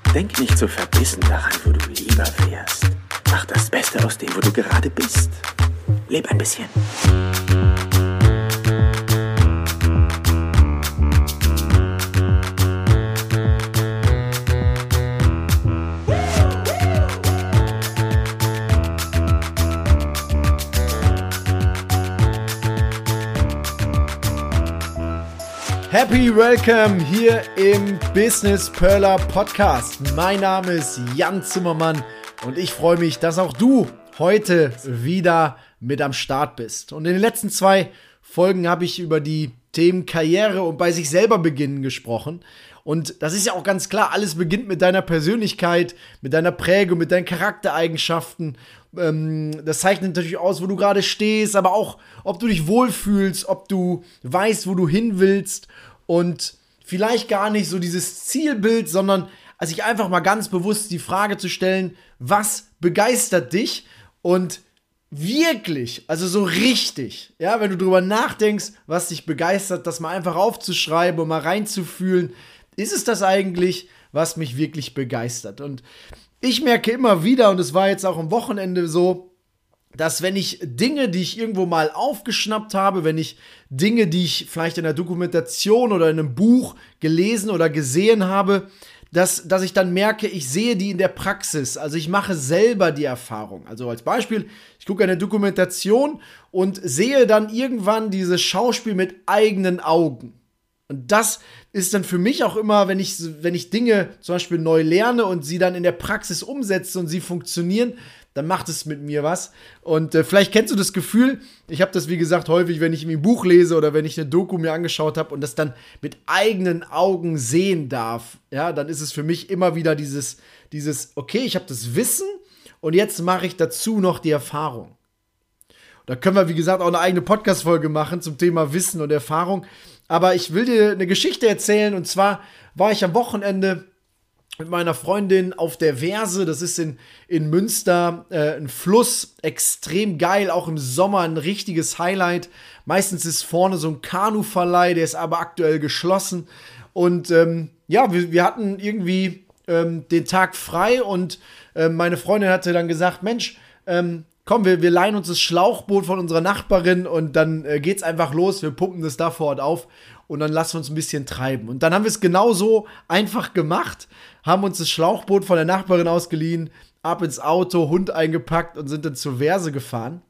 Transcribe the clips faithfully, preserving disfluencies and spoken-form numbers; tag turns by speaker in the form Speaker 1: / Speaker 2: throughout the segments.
Speaker 1: Denk nicht so verbissen daran, wo du lieber wärst. Mach das Beste aus dem, wo du gerade bist. Leb ein bisschen.
Speaker 2: Happy Welcome hier im Business Perler Podcast. Mein Name ist Jan Zimmermann und ich freue mich, dass auch du heute wieder mit am Start bist. Und in den letzten zwei Folgen habe ich über die Themen Karriere und bei sich selber beginnen gesprochen. Und das ist ja auch ganz klar, alles beginnt mit deiner Persönlichkeit, mit deiner Prägung, mit deinen Charaktereigenschaften. Das zeichnet natürlich aus, wo du gerade stehst, aber auch, ob du dich wohlfühlst, ob du weißt, wo du hin willst und vielleicht gar nicht so dieses Zielbild, sondern sich einfach mal ganz bewusst die Frage zu stellen, was begeistert dich und wirklich, also so richtig, ja, wenn du drüber nachdenkst, was dich begeistert, das mal einfach aufzuschreiben und mal reinzufühlen, ist es das eigentlich, was mich wirklich begeistert? Und ich merke immer wieder, und es war jetzt auch am Wochenende so, dass wenn ich Dinge, die ich irgendwo mal aufgeschnappt habe, wenn ich Dinge, die ich vielleicht in einer Dokumentation oder in einem Buch gelesen oder gesehen habe, dass, dass ich dann merke, ich sehe die in der Praxis. Also ich mache selber die Erfahrung. Also als Beispiel, ich gucke eine Dokumentation und sehe dann irgendwann dieses Schauspiel mit eigenen Augen. Und das ist dann für mich auch immer, wenn ich, wenn ich Dinge zum Beispiel neu lerne und sie dann in der Praxis umsetze und sie funktionieren, dann macht es mit mir was. Und äh, vielleicht kennst du das Gefühl, ich habe das wie gesagt häufig, wenn ich ein Buch lese oder wenn ich eine Doku mir angeschaut habe und das dann mit eigenen Augen sehen darf, ja, dann ist es für mich immer wieder dieses, dieses okay, ich habe das Wissen und jetzt mache ich dazu noch die Erfahrung. Da können wir, wie gesagt, auch eine eigene Podcast-Folge machen zum Thema Wissen und Erfahrung. Aber ich will dir eine Geschichte erzählen. Und zwar war ich am Wochenende mit meiner Freundin auf der Verse. Das ist in, in Münster äh, ein Fluss. Extrem geil, auch im Sommer ein richtiges Highlight. Meistens ist vorne so ein Kanuverleih, der ist aber aktuell geschlossen. Und ähm, ja, wir, wir hatten irgendwie ähm, den Tag frei. Und äh, meine Freundin hatte dann gesagt, Mensch, ähm, komm, wir, wir leihen uns das Schlauchboot von unserer Nachbarin und dann äh, geht's einfach los. Wir pumpen das da vor Ort auf und dann lassen wir uns ein bisschen treiben. Und dann haben wir es genauso einfach gemacht, haben uns das Schlauchboot von der Nachbarin ausgeliehen, ab ins Auto, Hund eingepackt und sind dann zur Verse gefahren.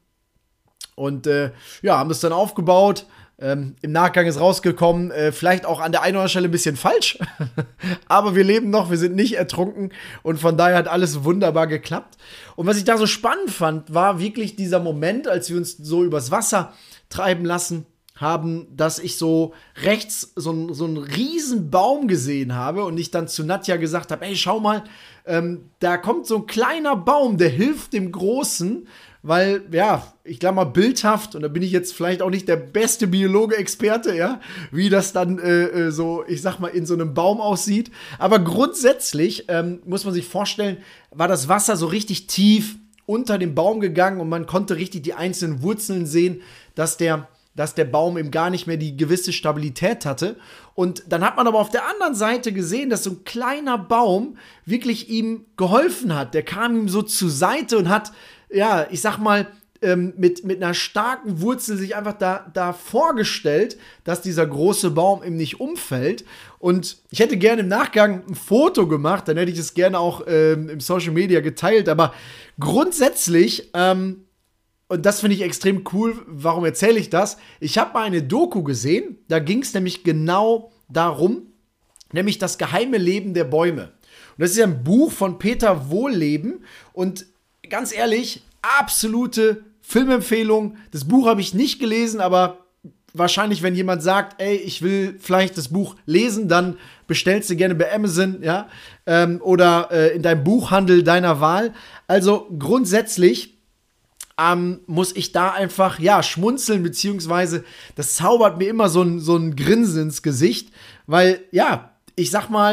Speaker 2: Und äh, ja, haben das dann aufgebaut. Ähm, Im Nachgang ist rausgekommen, äh, vielleicht auch an der einen oder anderen Stelle ein bisschen falsch, aber wir leben noch, wir sind nicht ertrunken und von daher hat alles wunderbar geklappt. Und was ich da so spannend fand, war wirklich dieser Moment, als wir uns so übers Wasser treiben lassen haben, dass ich so rechts so, ein, so einen riesen Baum gesehen habe und ich dann zu Nadja gesagt habe, ey, schau mal, ähm, da kommt so ein kleiner Baum, der hilft dem Großen, weil, ja, ich glaube mal bildhaft, und da bin ich jetzt vielleicht auch nicht der beste Biologe-Experte, ja, wie das dann äh, so, ich sag mal, in so einem Baum aussieht. Aber grundsätzlich ähm, muss man sich vorstellen, war das Wasser so richtig tief unter dem Baum gegangen und man konnte richtig die einzelnen Wurzeln sehen, dass der dass der Baum eben gar nicht mehr die gewisse Stabilität hatte. Und dann hat man aber auf der anderen Seite gesehen, dass so ein kleiner Baum wirklich ihm geholfen hat. Der kam ihm so zur Seite und hat, ja, ich sag mal, ähm, mit, mit einer starken Wurzel sich einfach da, da vorgestellt, dass dieser große Baum ihm nicht umfällt. Und ich hätte gerne im Nachgang ein Foto gemacht, dann hätte ich es gerne auch ähm, im Social Media geteilt. Aber grundsätzlich, ähm, und das finde ich extrem cool. Warum erzähle ich das? Ich habe mal eine Doku gesehen, da ging es nämlich genau darum, nämlich das geheime Leben der Bäume. Und das ist ja ein Buch von Peter Wohlleben und ganz ehrlich, absolute Filmempfehlung. Das Buch habe ich nicht gelesen, aber wahrscheinlich, wenn jemand sagt, ey, ich will vielleicht das Buch lesen, dann bestellst du gerne bei Amazon, ja, ähm, oder äh, in deinem Buchhandel deiner Wahl. Also grundsätzlich Ähm, muss ich da einfach, ja, schmunzeln, beziehungsweise das zaubert mir immer so ein, so ein Grinsen ins Gesicht, weil, ja, ich sag mal,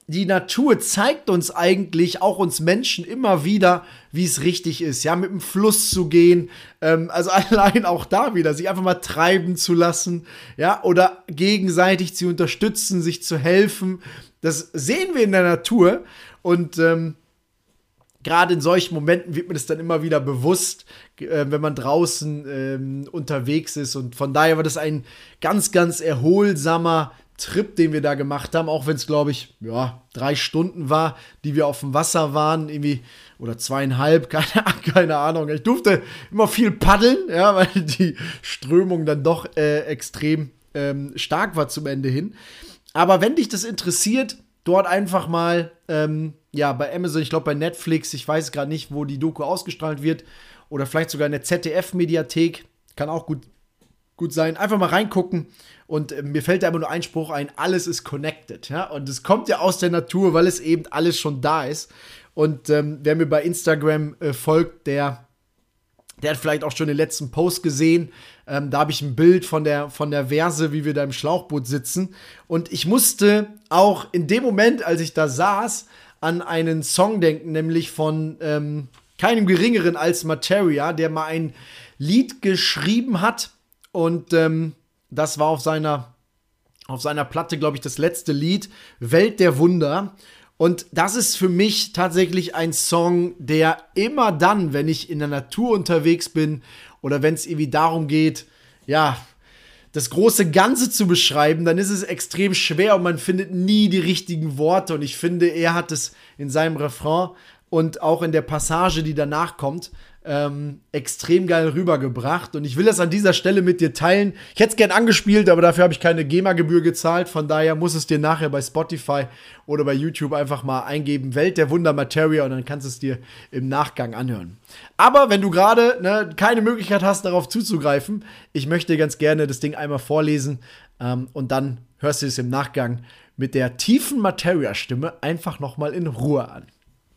Speaker 2: die Natur zeigt uns eigentlich, auch uns Menschen, immer wieder, wie es richtig ist, ja, mit dem Fluss zu gehen, ähm, also allein auch da wieder, sich einfach mal treiben zu lassen, ja, oder gegenseitig zu unterstützen, sich zu helfen, das sehen wir in der Natur und ähm, gerade in solchen Momenten wird mir das dann immer wieder bewusst, äh, wenn man draußen ähm, unterwegs ist und von daher war das ein ganz, ganz erholsamer Trip, den wir da gemacht haben, auch wenn es, glaube ich, ja, drei Stunden war, die wir auf dem Wasser waren, irgendwie, oder zweieinhalb, keine, keine Ahnung. Ich durfte immer viel paddeln, ja, weil die Strömung dann doch äh, extrem ähm, stark war zum Ende hin. Aber wenn dich das interessiert, dort einfach mal, ähm, ja, bei Amazon, ich glaube bei Netflix, ich weiß gerade nicht, wo die Doku ausgestrahlt wird, oder vielleicht sogar in der Z D F-Mediathek, kann auch gut gut sein, einfach mal reingucken und äh, mir fällt da immer nur ein Spruch ein, alles ist connected, ja, und es kommt ja aus der Natur, weil es eben alles schon da ist und ähm, wer mir bei Instagram äh, folgt, der der hat vielleicht auch schon den letzten Post gesehen, ähm, da habe ich ein Bild von der, von der Verse, wie wir da im Schlauchboot sitzen und ich musste auch in dem Moment, als ich da saß, an einen Song denken, nämlich von ähm, keinem Geringeren als Materia, der mal ein Lied geschrieben hat. Und ähm, das war auf seiner, auf seiner Platte, glaube ich, das letzte Lied, Welt der Wunder. Und das ist für mich tatsächlich ein Song, der immer dann, wenn ich in der Natur unterwegs bin oder wenn es irgendwie darum geht, ja, das große Ganze zu beschreiben, dann ist es extrem schwer und man findet nie die richtigen Worte. Und ich finde, er hat es in seinem Refrain und auch in der Passage, die danach kommt, Ähm, extrem geil rübergebracht und ich will das an dieser Stelle mit dir teilen. Ich hätte es gern angespielt, aber dafür habe ich keine GEMA-Gebühr gezahlt, von daher muss es dir nachher bei Spotify oder bei YouTube einfach mal eingeben, Welt der Wunder Materia und dann kannst du es dir im Nachgang anhören. Aber wenn du gerade ne, keine Möglichkeit hast, darauf zuzugreifen, ich möchte ganz gerne das Ding einmal vorlesen ähm, und dann hörst du es im Nachgang mit der tiefen Materia-Stimme einfach nochmal in Ruhe an.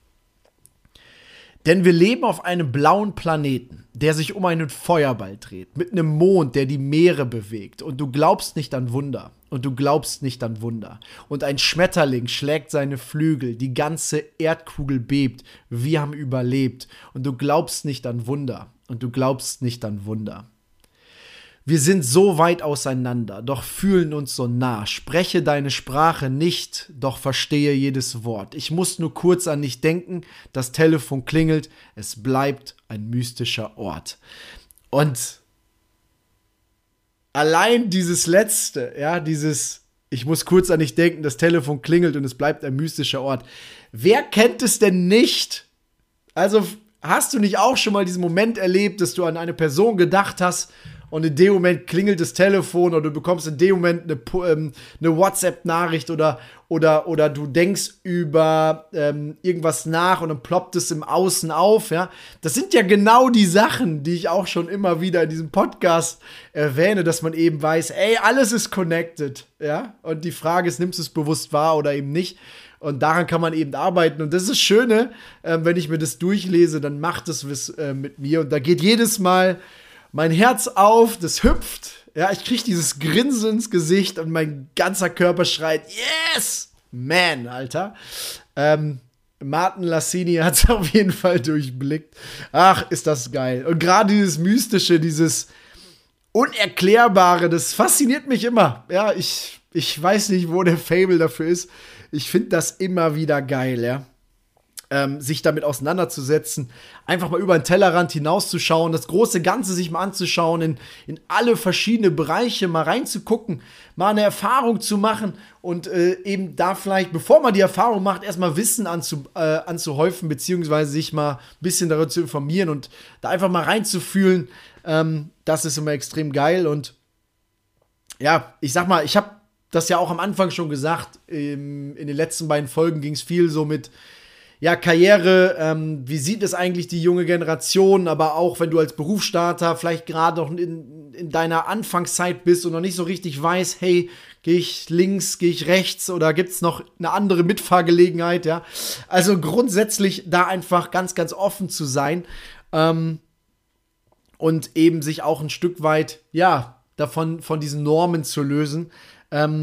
Speaker 2: Denn wir leben auf einem blauen Planeten, der sich um einen Feuerball dreht, mit einem Mond, der die Meere bewegt. Und du glaubst nicht an Wunder. Und du glaubst nicht an Wunder. Und ein Schmetterling schlägt seine Flügel, die ganze Erdkugel bebt. Wir haben überlebt. Und du glaubst nicht an Wunder. Und du glaubst nicht an Wunder. Wir sind so weit auseinander, doch fühlen uns so nah. Spreche deine Sprache nicht, doch verstehe jedes Wort. Ich muss nur kurz an dich denken, das Telefon klingelt, es bleibt ein mystischer Ort. Und allein dieses Letzte, ja, dieses, ich muss kurz an dich denken, das Telefon klingelt und es bleibt ein mystischer Ort. Wer kennt es denn nicht? Also hast du nicht auch schon mal diesen Moment erlebt, dass du an eine Person gedacht hast, und in dem Moment klingelt das Telefon oder du bekommst in dem Moment eine, ähm, eine WhatsApp-Nachricht oder, oder, oder du denkst über ähm, irgendwas nach und dann ploppt es im Außen auf, ja. Das sind ja genau die Sachen, die ich auch schon immer wieder in diesem Podcast erwähne, dass man eben weiß, ey, alles ist connected, ja. Und die Frage ist, nimmst du es bewusst wahr oder eben nicht? Und daran kann man eben arbeiten. Und das ist das Schöne, äh, wenn ich mir das durchlese, dann macht es was äh, mit mir. Und da geht jedes Mal mein Herz auf, das hüpft, ja, ich kriege dieses Grinsen ins Gesicht und mein ganzer Körper schreit, yes, man, Alter. Ähm, Martin Lassini hat es auf jeden Fall durchblickt. Ach, ist das geil. Und gerade dieses Mystische, dieses Unerklärbare, das fasziniert mich immer. Ja, ich, ich weiß nicht, wo der Fable dafür ist. Ich finde das immer wieder geil, ja. Ähm, sich damit auseinanderzusetzen, einfach mal über den Tellerrand hinauszuschauen, das große Ganze sich mal anzuschauen, in, in alle verschiedene Bereiche mal reinzugucken, mal eine Erfahrung zu machen und äh, eben da vielleicht, bevor man die Erfahrung macht, erstmal Wissen anzu, äh, anzuhäufen, beziehungsweise sich mal ein bisschen darüber zu informieren und da einfach mal reinzufühlen, ähm, das ist immer extrem geil und ja, ich sag mal, ich habe das ja auch am Anfang schon gesagt, ähm, in den letzten beiden Folgen ging es viel so mit ja, Karriere, ähm, wie sieht es eigentlich die junge Generation, aber auch wenn du als Berufsstarter vielleicht gerade noch in, in deiner Anfangszeit bist und noch nicht so richtig weißt, hey, gehe ich links, gehe ich rechts oder gibt es noch eine andere Mitfahrgelegenheit, ja. Also grundsätzlich da einfach ganz, ganz offen zu sein ähm, und eben sich auch ein Stück weit, ja, davon, von diesen Normen zu lösen. Ähm,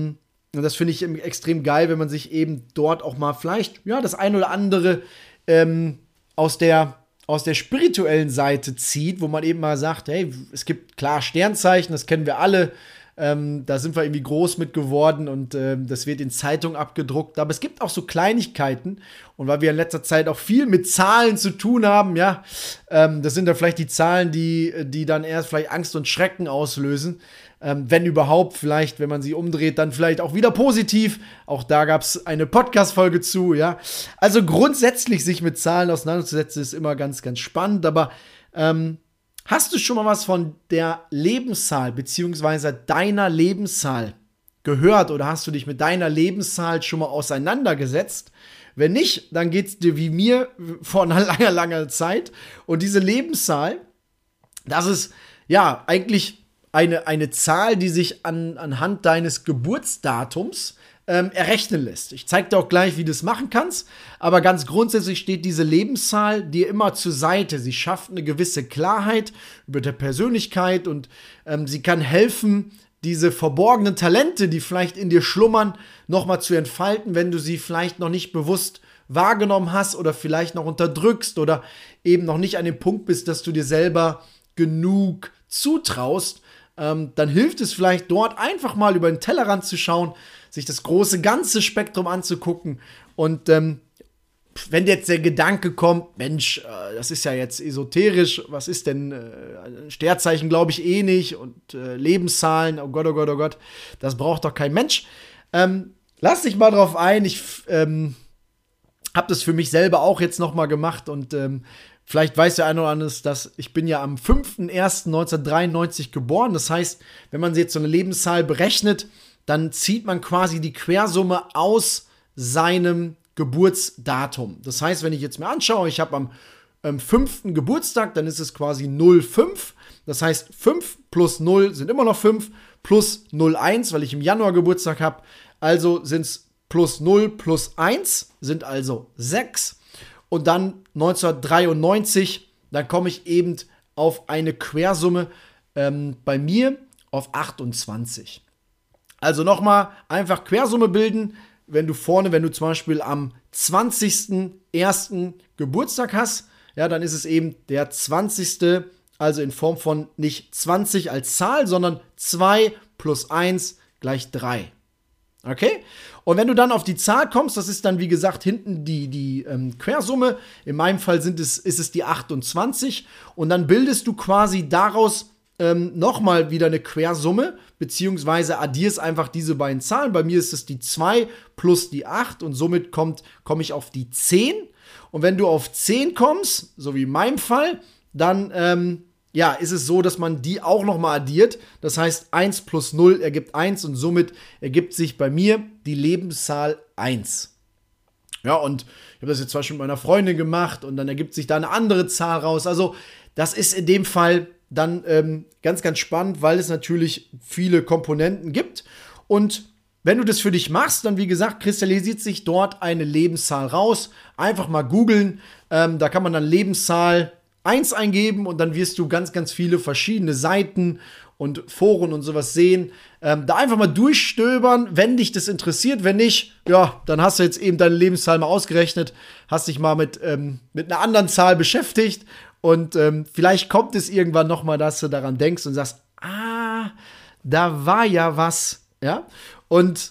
Speaker 2: und das finde ich extrem geil, wenn man sich eben dort auch mal vielleicht, ja, das ein oder andere ähm, aus der, aus der spirituellen Seite zieht, wo man eben mal sagt, hey, es gibt klar Sternzeichen, das kennen wir alle, ähm, da sind wir irgendwie groß mit geworden und ähm, das wird in Zeitungen abgedruckt, aber es gibt auch so Kleinigkeiten und weil wir in letzter Zeit auch viel mit Zahlen zu tun haben, ja, ähm, das sind dann vielleicht die Zahlen, die, die dann erst vielleicht Angst und Schrecken auslösen, ähm, wenn überhaupt, vielleicht, wenn man sie umdreht, dann vielleicht auch wieder positiv, auch da gab es eine Podcast-Folge zu, ja, also grundsätzlich sich mit Zahlen auseinanderzusetzen ist immer ganz, ganz spannend, aber ähm, hast du schon mal was von der Lebenszahl beziehungsweise deiner Lebenszahl gehört oder hast du dich mit deiner Lebenszahl schon mal auseinandergesetzt? Wenn nicht, dann geht es dir wie mir vor einer langer, langer Zeit. Und diese Lebenszahl, das ist ja eigentlich eine, eine Zahl, die sich an, anhand deines Geburtsdatums Ähm, errechnen lässt. Ich zeige dir auch gleich, wie du das machen kannst, aber ganz grundsätzlich steht diese Lebenszahl dir immer zur Seite. Sie schafft eine gewisse Klarheit über der Persönlichkeit und ähm, sie kann helfen, diese verborgenen Talente, die vielleicht in dir schlummern, nochmal zu entfalten, wenn du sie vielleicht noch nicht bewusst wahrgenommen hast oder vielleicht noch unterdrückst oder eben noch nicht an dem Punkt bist, dass du dir selber genug zutraust. Ähm, dann hilft es vielleicht dort einfach mal über den Tellerrand zu schauen, sich das große ganze Spektrum anzugucken und ähm, wenn jetzt der Gedanke kommt, Mensch, äh, das ist ja jetzt esoterisch, was ist denn äh, Sternzeichen, glaube ich eh nicht und äh, Lebenszahlen, oh Gott, oh Gott, oh Gott, das braucht doch kein Mensch. Ähm, lass dich mal drauf ein, ich ähm, habe das für mich selber auch jetzt noch mal gemacht und ähm, vielleicht weiß der eine oder andere, dass ich bin ja am fünfter erster neunzehnhundertdreiundneunzig geboren, das heißt, wenn man jetzt so eine Lebenszahl berechnet, dann zieht man quasi die Quersumme aus seinem Geburtsdatum. Das heißt, wenn ich jetzt mir anschaue, ich habe am ähm, fünften Geburtstag, dann ist es quasi null Komma fünf. Das heißt, fünf plus null sind immer noch fünf, plus null Komma eins, weil ich im Januar Geburtstag habe. Also sind es plus null plus eins, sind also sechs. Und dann neunzehnhundertdreiundneunzig, dann komme ich eben auf eine Quersumme ähm, bei mir auf achtundzwanzig. Also nochmal einfach Quersumme bilden, wenn du vorne, wenn du zum Beispiel am zwanzigster erster Geburtstag hast, ja, dann ist es eben der zwanzigste, also in Form von nicht zwanzig als Zahl, sondern zwei plus eins gleich drei. Okay? Und wenn du dann auf die Zahl kommst, das ist dann wie gesagt hinten die, die ähm, Quersumme, in meinem Fall sind es, ist es die achtundzwanzig und dann bildest du quasi daraus Ähm, nochmal wieder eine Quersumme, beziehungsweise addierst einfach diese beiden Zahlen. Bei mir ist es die zwei plus die acht und somit kommt, komme ich auf die zehn. Und wenn du auf zehn kommst, so wie in meinem Fall, dann ähm, ja, ist es so, dass man die auch nochmal addiert. Das heißt, eins plus null ergibt eins und somit ergibt sich bei mir die Lebenszahl eins. Ja, und ich habe das jetzt zwar schon mit meiner Freundin gemacht und dann ergibt sich da eine andere Zahl raus. Also, das ist in dem Fall dann ähm, ganz, ganz spannend, weil es natürlich viele Komponenten gibt. Und wenn du das für dich machst, dann wie gesagt, kristallisiert sich dort eine Lebenszahl raus. Einfach mal googeln. Ähm, da kann man dann Lebenszahl eins eingeben und dann wirst du ganz, ganz viele verschiedene Seiten und Foren und sowas sehen. Ähm, da einfach mal durchstöbern, wenn dich das interessiert. Wenn nicht, ja, dann hast du jetzt eben deine Lebenszahl mal ausgerechnet, hast dich mal mit, ähm, mit einer anderen Zahl beschäftigt. Und ähm, vielleicht kommt es irgendwann noch mal, dass du daran denkst und sagst, ah, da war ja was, ja. Und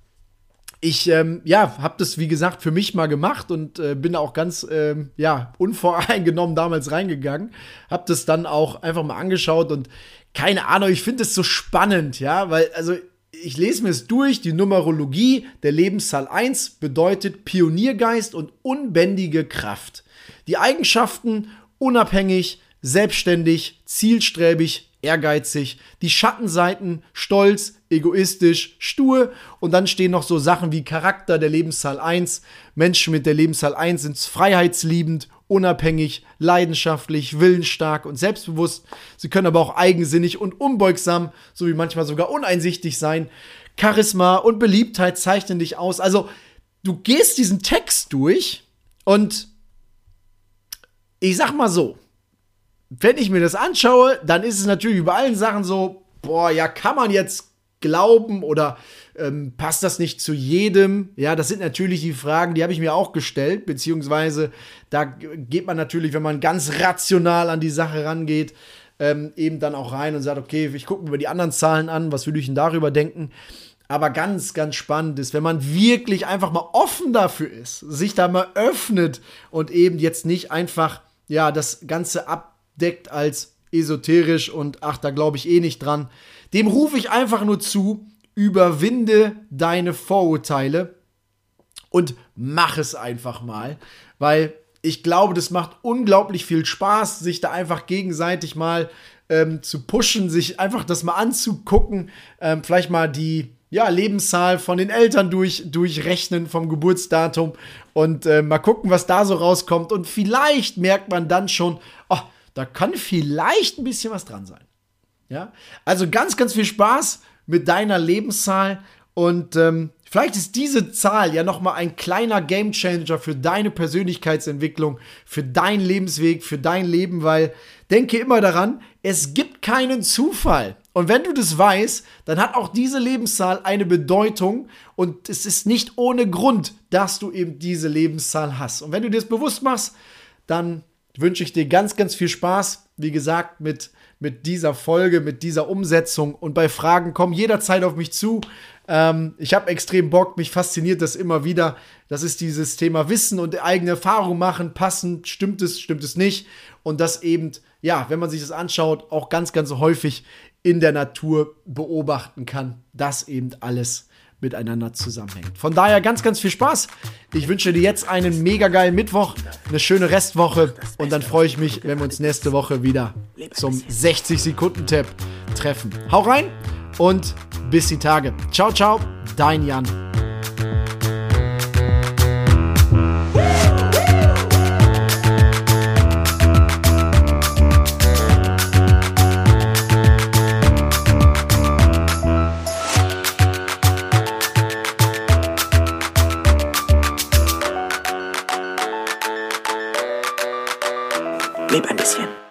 Speaker 2: ich, ähm, ja, habe das, wie gesagt, für mich mal gemacht und äh, bin auch ganz, ähm, ja, unvoreingenommen damals reingegangen. Habe das dann auch einfach mal angeschaut und keine Ahnung, ich finde es so spannend, ja, weil, also, ich lese mir es durch, die Numerologie der Lebenszahl eins bedeutet Pioniergeist und unbändige Kraft. Die Eigenschaften unabhängig, selbstständig, zielstrebig, ehrgeizig. Die Schattenseiten stolz, egoistisch, stur. Und dann stehen noch so Sachen wie Charakter der Lebenszahl eins. Menschen mit der Lebenszahl eins sind freiheitsliebend, unabhängig, leidenschaftlich, willensstark und selbstbewusst. Sie können aber auch eigensinnig und unbeugsam, sowie manchmal sogar uneinsichtig sein. Charisma und Beliebtheit zeichnen dich aus. Also, du gehst diesen Text durch und ich sag mal so, wenn ich mir das anschaue, dann ist es natürlich über allen Sachen so, boah, ja, kann man jetzt glauben oder Ähm, passt das nicht zu jedem? Ja, das sind natürlich die Fragen, die habe ich mir auch gestellt, beziehungsweise da geht man natürlich, wenn man ganz rational an die Sache rangeht, ähm, eben dann auch rein und sagt, okay, ich gucke mir mal die anderen Zahlen an, was würde ich denn darüber denken? Aber ganz, ganz spannend ist, wenn man wirklich einfach mal offen dafür ist, sich da mal öffnet und eben jetzt nicht einfach, ja, das Ganze abdeckt als esoterisch und ach, da glaube ich eh nicht dran. Dem rufe ich einfach nur zu, überwinde deine Vorurteile und mach es einfach mal, weil ich glaube, das macht unglaublich viel Spaß, sich da einfach gegenseitig mal ähm, zu pushen, sich einfach das mal anzugucken, ähm, vielleicht mal die ja, Lebenszahl von den Eltern durch, durchrechnen vom Geburtsdatum und äh, mal gucken, was da so rauskommt. Und vielleicht merkt man dann schon, oh, da kann vielleicht ein bisschen was dran sein. Ja? Also ganz, ganz viel Spaß mit deiner Lebenszahl und ähm, vielleicht ist diese Zahl ja nochmal ein kleiner Gamechanger für deine Persönlichkeitsentwicklung, für deinen Lebensweg, für dein Leben, weil denke immer daran, es gibt keinen Zufall. Und wenn du das weißt, dann hat auch diese Lebenszahl eine Bedeutung und es ist nicht ohne Grund, dass du eben diese Lebenszahl hast. Und wenn du dir das bewusst machst, dann wünsche ich dir ganz, ganz viel Spaß, wie gesagt, mit, mit dieser Folge, mit dieser Umsetzung. Und bei Fragen komm jederzeit auf mich zu. Ähm, ich habe extrem Bock, mich fasziniert das immer wieder. Das ist dieses Thema Wissen und eigene Erfahrung machen, passen, stimmt es, stimmt es nicht. Und das eben, ja, wenn man sich das anschaut, auch ganz, ganz häufig in der Natur beobachten kann, dass eben alles miteinander zusammenhängt. Von daher ganz, ganz viel Spaß. Ich wünsche dir jetzt einen mega geilen Mittwoch, eine schöne Restwoche und dann freue ich mich, wenn wir uns nächste Woche wieder zum sechzig-Sekunden-Tab treffen. Hau rein und bis die Tage. Ciao, ciao, dein Jan.
Speaker 1: Leb ein bisschen.